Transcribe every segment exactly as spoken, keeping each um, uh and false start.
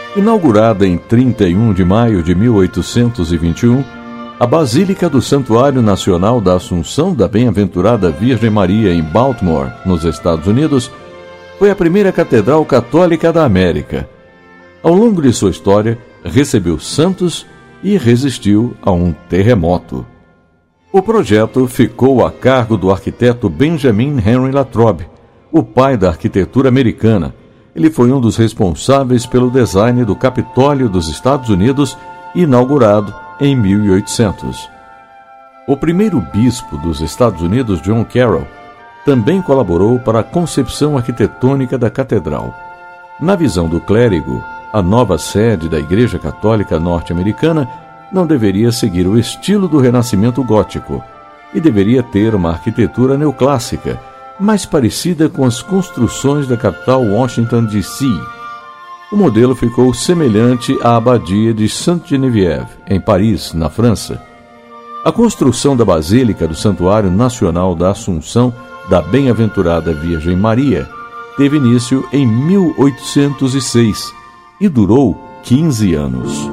Inaugurada em trinta e um de maio de mil oitocentos e vinte e um, a Basílica do Santuário Nacional da Assunção da Bem-aventurada Virgem Maria em Baltimore, nos Estados Unidos, foi a primeira catedral católica da América. Ao longo de sua história, recebeu santos e resistiu a um terremoto. O projeto ficou a cargo do arquiteto Benjamin Henry Latrobe, o pai da arquitetura americana. Ele foi um dos responsáveis pelo design do Capitólio dos Estados Unidos, inaugurado em mil e oitocentos. O primeiro bispo dos Estados Unidos, John Carroll, também colaborou para a concepção arquitetônica da catedral. Na visão do clérigo, a nova sede da Igreja Católica Norte-Americana não deveria seguir o estilo do Renascimento gótico e deveria ter uma arquitetura neoclássica, mais parecida com as construções da capital Washington, D C O modelo ficou semelhante à abadia de Sainte-Geneviève, em Paris, na França. A construção da Basílica do Santuário Nacional da Assunção da Bem-aventurada Virgem Maria teve início em mil oitocentos e seis e durou quinze anos.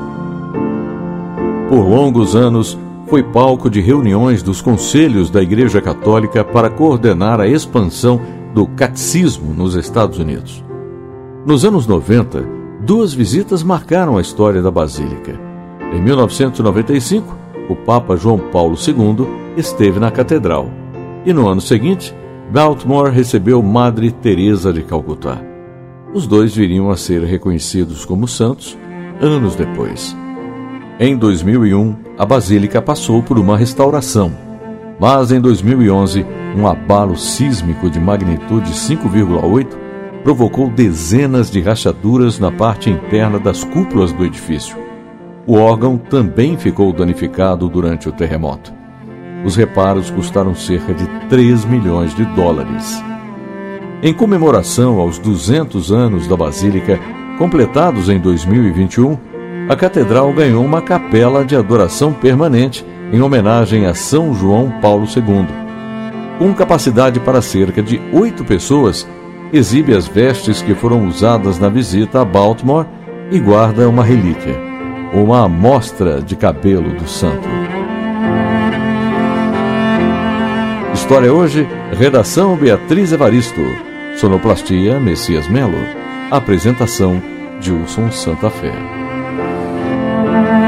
Por longos anos, foi palco de reuniões dos conselhos da Igreja Católica para coordenar a expansão do catecismo nos Estados Unidos. Nos anos noventa, duas visitas marcaram a história da Basílica. Em mil novecentos e noventa e cinco, o Papa João Paulo segundo esteve na catedral. E no ano seguinte, Baltimore recebeu Madre Teresa de Calcutá. Os dois viriam a ser reconhecidos como santos anos depois. Em dois mil e um, a Basílica passou por uma restauração, mas em dois mil e onze, um abalo sísmico de magnitude cinco vírgula oito provocou dezenas de rachaduras na parte interna das cúpulas do edifício. O órgão também ficou danificado durante o terremoto. Os reparos custaram cerca de três milhões de dólares. Em comemoração aos duzentos anos da Basílica, completados em dois mil e vinte e um, a catedral ganhou uma capela de adoração permanente em homenagem a São João Paulo segundo. Com capacidade para cerca de oito pessoas, exibe as vestes que foram usadas na visita a Baltimore e guarda uma relíquia, uma amostra de cabelo do santo. História hoje, redação Beatriz Evaristo, sonoplastia Messias Melo, apresentação Gilson Santa Fé.